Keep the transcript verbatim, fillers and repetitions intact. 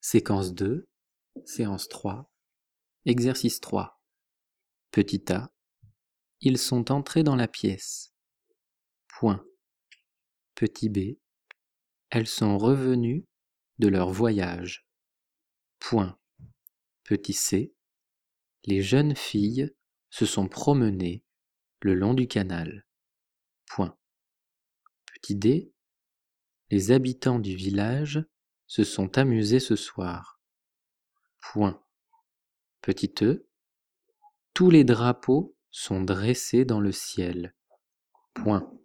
Séquence deux, séance trois, exercice trois. Petit a. Ils sont entrés dans la pièce. Point. Petit b. Elles sont revenues de leur voyage. Point. Petit c. Les jeunes filles se sont promenées le long du canal. Point. Petit d. Les habitants du village se sont amusés ce soir. Point. Petit e. Tous les drapeaux sont dressés dans le ciel. Point.